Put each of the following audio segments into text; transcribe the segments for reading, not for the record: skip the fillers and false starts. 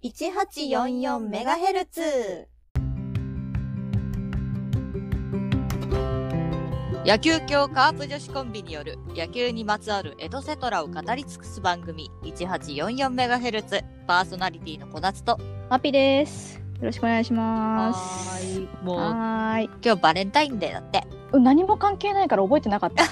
1844MHz。 野球協カープ女子コンビによる野球にまつわるエトセトラを語り尽くす番組 1844MHz。 パーソナリティの小夏とマピです。よろしくお願いします。 もうはーい。 今日バレンタインデーだって。 何も関係ないから覚えてなかった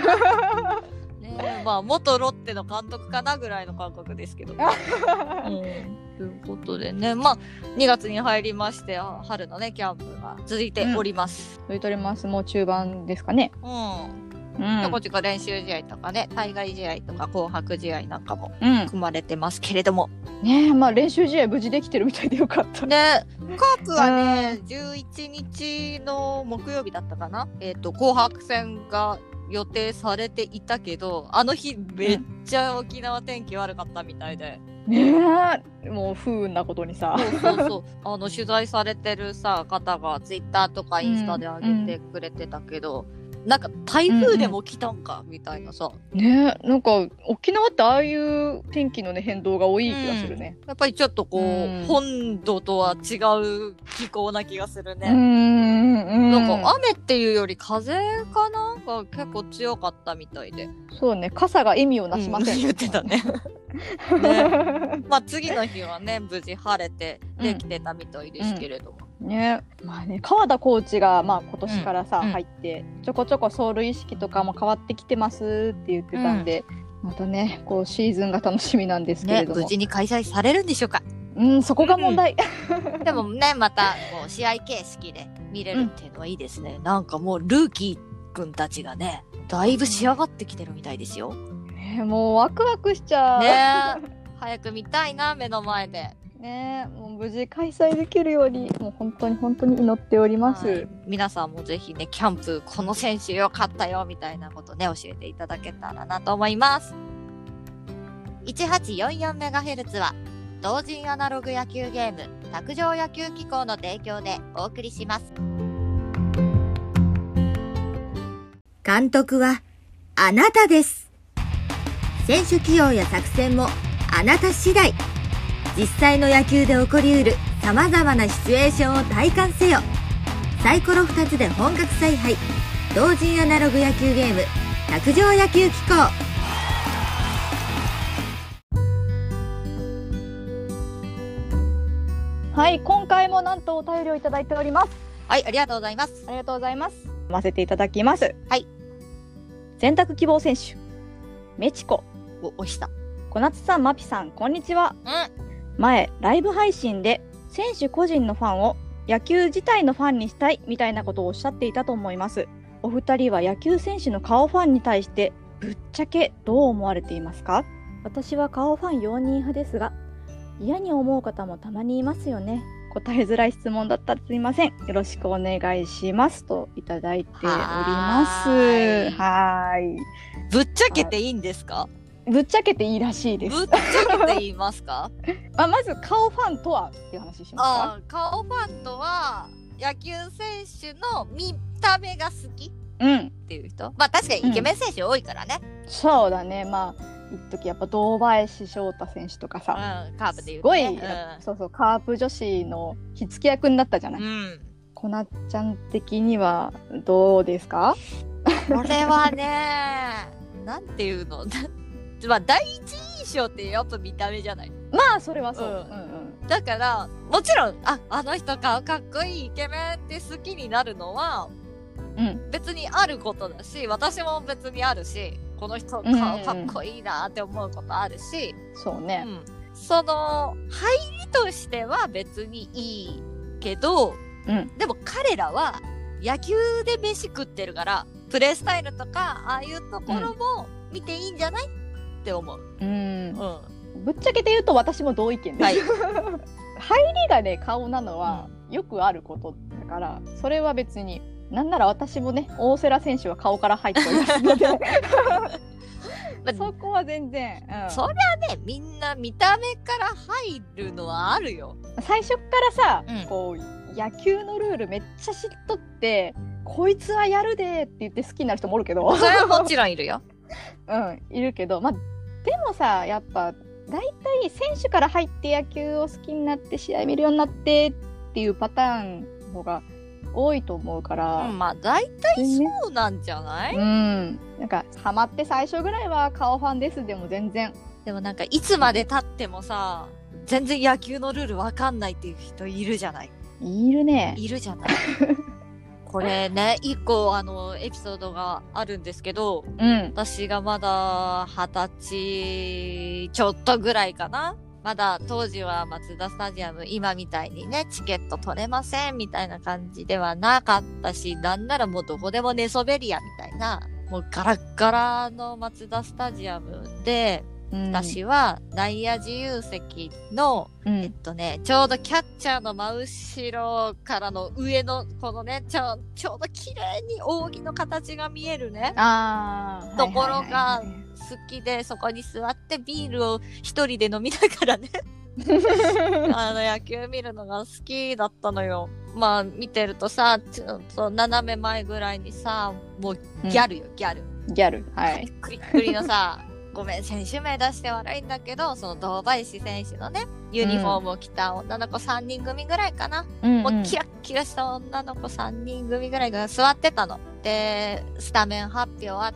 ねえ、まあ元ロッテの監督かなぐらいの感覚ですけど、ということでね、まあ2月に入りまして春のねキャンプが続いております。 続いております。もう中盤ですかね。ちょこちょこ練習試合とかね、対外試合とか紅白試合なんかも組まれてますけれども、 ねえ、まあ練習試合無事できてるみたいでよかったね。カープはね、11日の木曜日だったかな、紅白戦が予定されていたけど、あの日めっちゃ沖縄天気悪かったみたいで、 ねえ、もう不運なことにさ。 そう取材されてるさ方がツイッターとかインスタで上げてくれてたけど、なんか台風でも来たんか、みたいなさ。 ねえ、なんか沖縄ってああいう天気のね変動が多い気がするね。 やっぱりちょっとこう、本土とは違う気候な気がするね。なんか雨っていうより風かなが結構強かったみたいで。 そうね、傘が意味をなしません、 言ってたね。ね、まあ次の日はね無事晴れてできてたみたいですけれども。 ね、まあね、川田コーチがまあ今年からさ、入ってちょこちょこ走塁意識とかも変わってきてますって言ってたんで、またねこうシーズンが楽しみなんですけれども、 無事に開催されるんでしょうか。 そこが問題。 でもね、またこう試合形式で見れるっていうのはいいですね。なんかもうルーキーくんたちがねだいぶ仕上がってきてるみたいですよ。 もうワクワクしちゃうね。早く見たいな、目の前でね。もう無事開催できるようにもう本当に祈っております。 皆さんもぜひね、キャンプこの選手よかったよみたいなことね教えていただけたらなと思います。 1844MHz は同人アナログ野球ゲーム卓上野球機構の提供でお送りします。 監督はあなたです。選手起用や作戦もあなた次第。実際の野球で起こりうる様々なシチュエーションを体感せよ。サイコロ2つで本格采配、同人アナログ野球ゲーム卓上野球機構。 はい、今回もなんとお便りをいただいております。 はい、ありがとうございます。 ありがとうございます。読ませていただきます。 はい。 選択希望選手メチコ。 押した。 小夏さん、マピさん、こんにちは。前ライブ配信で選手個人のファンを野球自体のファンにしたいみたいなことをおっしゃっていたと思います。お二人は野球選手の顔ファンに対してぶっちゃけどう思われていますか？私は顔ファン容認派ですが、嫌に思う方もたまにいますよね。答えづらい質問だったらすいません。よろしくお願いしますといただいております。はい。 ぶっちゃけていいんですか？ ぶっちゃけていいらしいです。 ぶっちゃけて言いますか？ まず顔ファンとはっていう話しますか？ 顔ファンとは野球選手の見た目が好きっていう人、まあ確かにイケメン選手多いからね。 そうだね。まあ一時やっぱ堂林翔太選手とかさ、 カープでいうすごい、そうカープ女子の火付け役になったじゃない。こなっちゃん的にはどうですか？ これはね、なんていうのまあ第一印象ってやっぱ見た目じゃない。 まあそれはそう、 だからもちろんあの人顔かっこいいイケメンって好きになるのは、別にあることだし、私も別にあるし、この人顔かっこいいなって思うことあるし、 そうね、 その入りとしては別にいいけど、でも彼らは野球で飯食ってるからプレースタイルとかああいうところも見ていいんじゃないって思う。 ぶっちゃけて言うと私も同意見です。入りがね顔なのはよくあることだから、それは別になんなら私もね大瀬良選手は顔から入っておりますのでそこは全然、 そりゃねみんな見た目から入るのはあるよ。 最初からさ、こう野球のルールめっちゃ知っとってこいつはやるでって言って好きになる人もおるけどそれはもちろんいるよいるけど、まあでもさやっぱ大体選手から入って野球を好きになって試合見るようになってっていうパターンの方が多いと思うから、 まあ大体そうなんじゃない？ なんかハマって最初ぐらいは顔ファンですでも全然。 でもなんかいつまで経ってもさ、全然野球のルールわかんないっていう人いるじゃない？ いるね。 いるじゃない？これね、一個エピソードがあるんですけど、私がまだ20歳ちょっとぐらいかな。まだ当時はマツダスタジアム今みたいにね、チケット取れませんみたいな感じではなかったし、なんならもうどこでも寝そべりやみたいな、もうガラッガラのマツダスタジアムで、私は内野自由席の、ちょうどキャッチャーの真後ろからの上のこのね、ちょうど綺麗に扇の形が見えるね、ところが好きで、そこに座ってビールを一人で飲みながらね野球見るのが好きだったのよ。まあ見てるとさ、ちょっと斜め前ぐらいにさ、もうギャルよ、ギャル。はい。クリックリのさ、ごめん、選手名出して悪いんだけど、その堂林選手のね、ユニフォームを着た女の子3人組ぐらいかな。もうキラッキラした女の子3人組ぐらいが座ってたの。で、スタメン発表あって、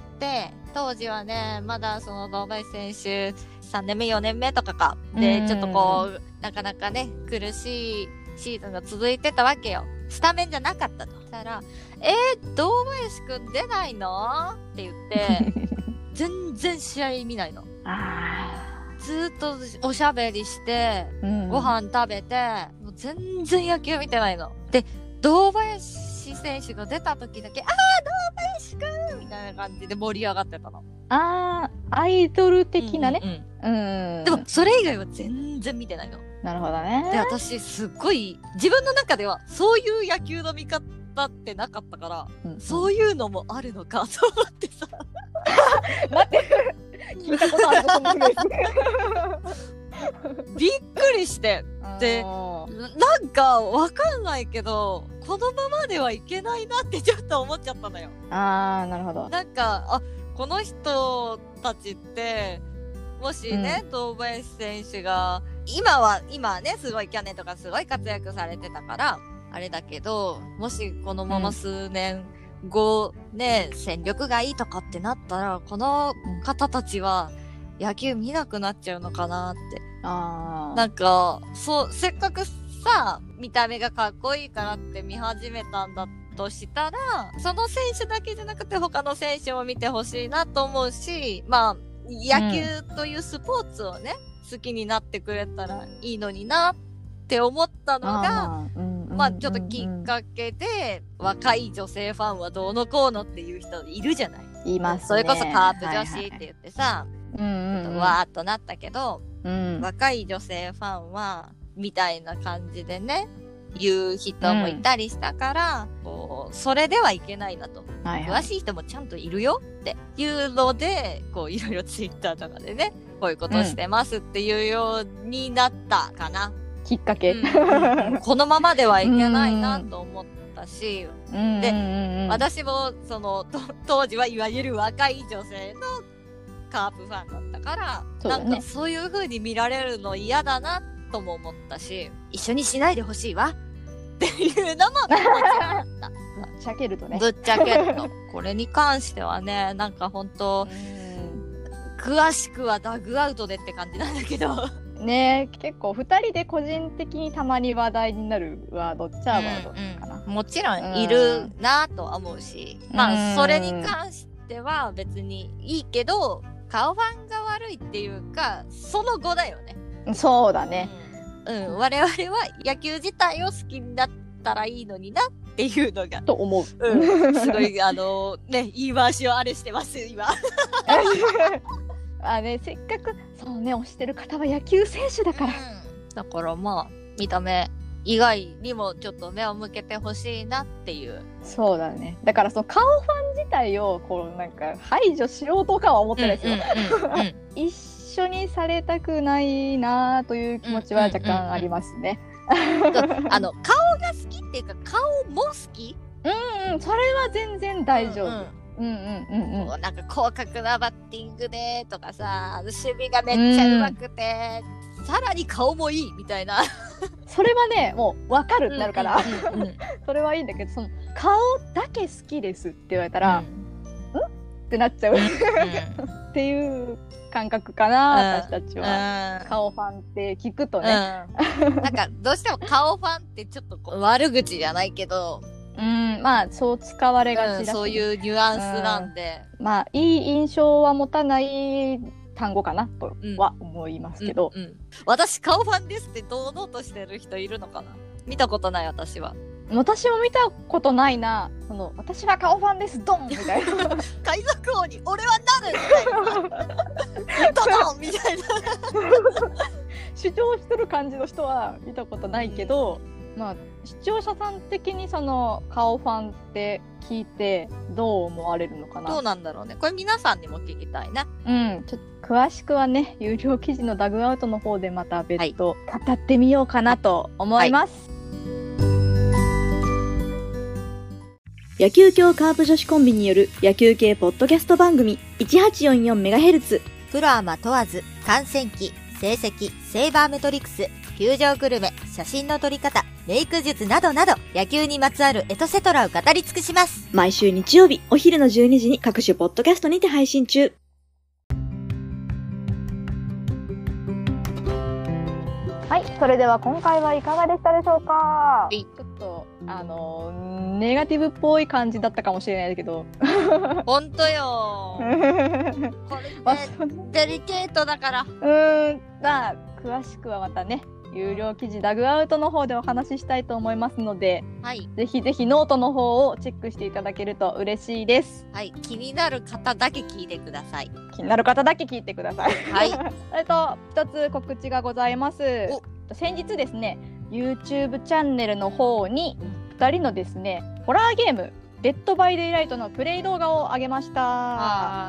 当時はね、まだその堂林選手3年目、4年目とかか。で、ちょっとこう、なかなかね、苦しいシーズンが続いてたわけよ。スタメンじゃなかったと。そしたら、堂林くん出ないのって言って、全然試合見ないの。ずーっとおしゃべりして、ご飯食べて、もう全然野球見てないの。で、堂林選手が出た時だけ、堂林くんみたいな感じで盛り上がってたの。 アイドル的なね。 でも、それ以外は全然見てないの。 なるほどね。 で、私、すっごい、自分の中では、そういう野球の見方ってなかったから、そういうのもあるのかと思ってさ。 待って、聞いたことあるぞ、そんなびっくりして。で、なんかわかんないけど、このままではいけないなってちょっと思っちゃったのよ。 なるほど。 なんか、この人たちって、もしね、堂林選手が、今はね、すごい去年とかすごい活躍されてたから、あれだけど、もしこのまま数年後、ね、戦力がいいとかってなったら、この方たちは野球見なくなっちゃうのかなって。なんか、せっかくさ、見た目がかっこいいからって見始めたんだとしたら、その選手だけじゃなくて他の選手も見てほしいなと思うし、まあ、野球というスポーツをね、好きになってくれたらいいのになって思ったのが、まあちょっときっかけで、若い女性ファンはどうのこうのっていう人いるじゃない。 いますね。 それこそカープ女子って言ってさ、わーっとなったけど、若い女性ファンは、みたいな感じでね、言う人もいたりしたから、こう、それではいけないなと。詳しい人もちゃんといるよっていうので、こう、いろいろツイッターとかでね、こういうことしてますっていうようになったかな。 きっかけ。 このままではいけないなと思ったし、で、私も、当時はいわゆる若い女性のカープファンだったから、なんかそういう風に見られるの嫌だなとも思ったし、一緒にしないでほしいわっていうのも思っちゃった。 ぶっちゃけるとね。 ぶっちゃけると。これに関してはね、なんかほんと、詳しくはダグアウトでって感じなんだけど。 ねえ、結構2人で個人的にたまに話題になるワードっちゃワードかな。 もちろんいるなとは思うし、まあそれに関しては別にいいけど、顔ファンが悪いっていうか、その後だよね。 そうだね。 我々は野球自体を好きになったらいいのになっていうのが。 と思う。 すごい、ね、言い回しをあれしてます、今。 ね、せっかく、そうね、推してる方は野球選手だから。 だからまあ、見た目以外にもちょっと目を向けてほしいなっていう。 そうだね。だからその顔ファン自体を、こうなんか排除しようとかは思ってないですよ。一緒にされたくないなという気持ちは若干ありますね。 顔が好きっていうか、顔も好き？ それは全然大丈夫。 もうなんか広角なバッティングでとかさ、守備がめっちゃ上手くて、さらに顔もいいみたいな。 それはね、もう分かるってなるから、それはいいんだけど、その顔だけ好きですって言われたら、ってなっちゃうっていう感覚かな、私たちは。顔ファンって聞くとね。 なんかどうしても顔ファンってちょっとこう悪口じゃないけど、 まあそう使われがちだし、 そういうニュアンスなんで、 まあいい印象は持たない単語かなとは思いますけど、 私顔ファンですって堂々としてる人いるのかな。見たことない。私も見たことないな。その私は顔ファンですドンみたいな海賊王に俺はなるみたいなドドンみたいな主張してる感じの人は見たことないけど、まあ視聴者さん的にその顔ファンって聞いてどう思われるのかな。 どうなんだろうね。これ皆さんにも聞きたいな。 ちょっと詳しくはね、有料記事のダグアウトの方でまた別途語ってみようかなと思います。野球協カープ女子コンビによる野球系ポッドキャスト番組 1844MHz。 プロアマ問わず、観戦記、成績、セイバーメトリクス、球場グルメ、写真の撮り方、メイク術などなど、野球にまつわるエトセトラを語り尽くします。 毎週日曜日お昼の12時に各種ポッドキャストにて配信中。はい、それでは今回はいかがでしたでしょうか。ちょっとネガティブっぽい感じだったかもしれないけどほんとよこれデリケートだから。 まあ詳しくはまたね、有料記事ダグアウトの方でお話ししたいと思いますので、ぜひぜひノートの方をチェックしていただけると嬉しいです。 気になる方だけ聞いてください。 気になる方だけ聞いてください。一つ告知がございます。先日ですね、YouTube チャンネルの方に2人のですね、ホラーゲームデッドバイデイライトのプレイ動画を上げました。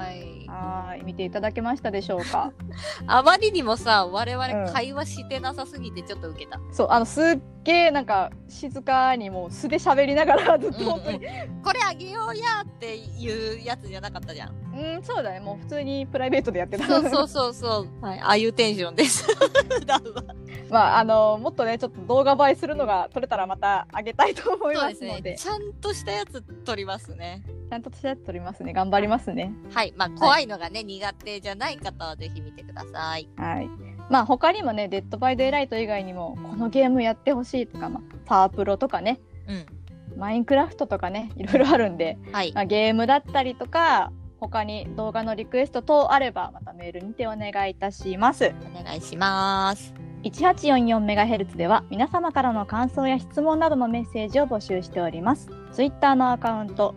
見ていただけましたでしょうか。 あまりにもさ、我々会話してなさすぎてちょっとウケた。 そうすっげーなんか静かにもう素で喋りながらずっと本当に、 これあげようやっていうやつじゃなかったじゃん。 そうだね、もう普通にプライベートでやってた。 そう、ああいうテンションですまあもっとね、ちょっと動画映えするのが撮れたらまたあげたいと思いますので、 ちゃんとしたやつ撮りますね。 ちゃんとしたやつ撮りますね。頑張りますね。 まあ怖いのがね、苦手じゃない方はぜひ見てください。 まあ他にもね、デッドバイデイライト以外にもこのゲームやってほしいとか、パワープロとかね、マインクラフトとかね、いろいろあるんで、ゲームだったりとか他に動画のリクエスト等あればまたメールにてお願いいたします。 お願いします。 1844MHz では皆様からの感想や質問などのメッセージを募集しております。Twitter のアカウント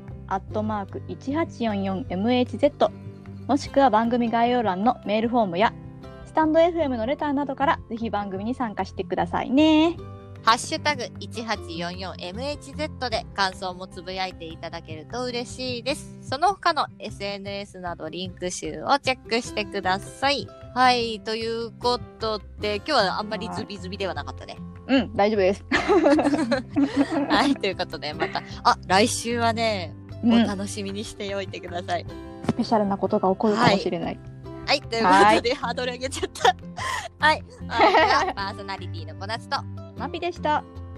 @1844MHz もしくは番組概要欄のメールフォームやスタンド FM のレターなどからぜひ番組に参加してくださいね。 ハッシュタグ 1844MHz で感想もつぶやいていただけると嬉しいです。その他の SNS などリンク集をチェックしてください。ということで今日はあんまりズビズビではなかったね。 大丈夫です。 ということでまた来週はね、お楽しみにしておいてください。 スペシャルなことが起こるかもしれない。 ということでハードル上げちゃった。パーソナリティのこなつとマピでした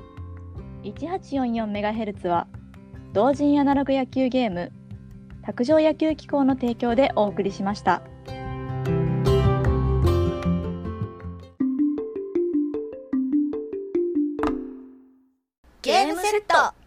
。1844MHz は同人アナログ野球ゲーム卓上野球機構の提供でお送りしました。 ゲームセット。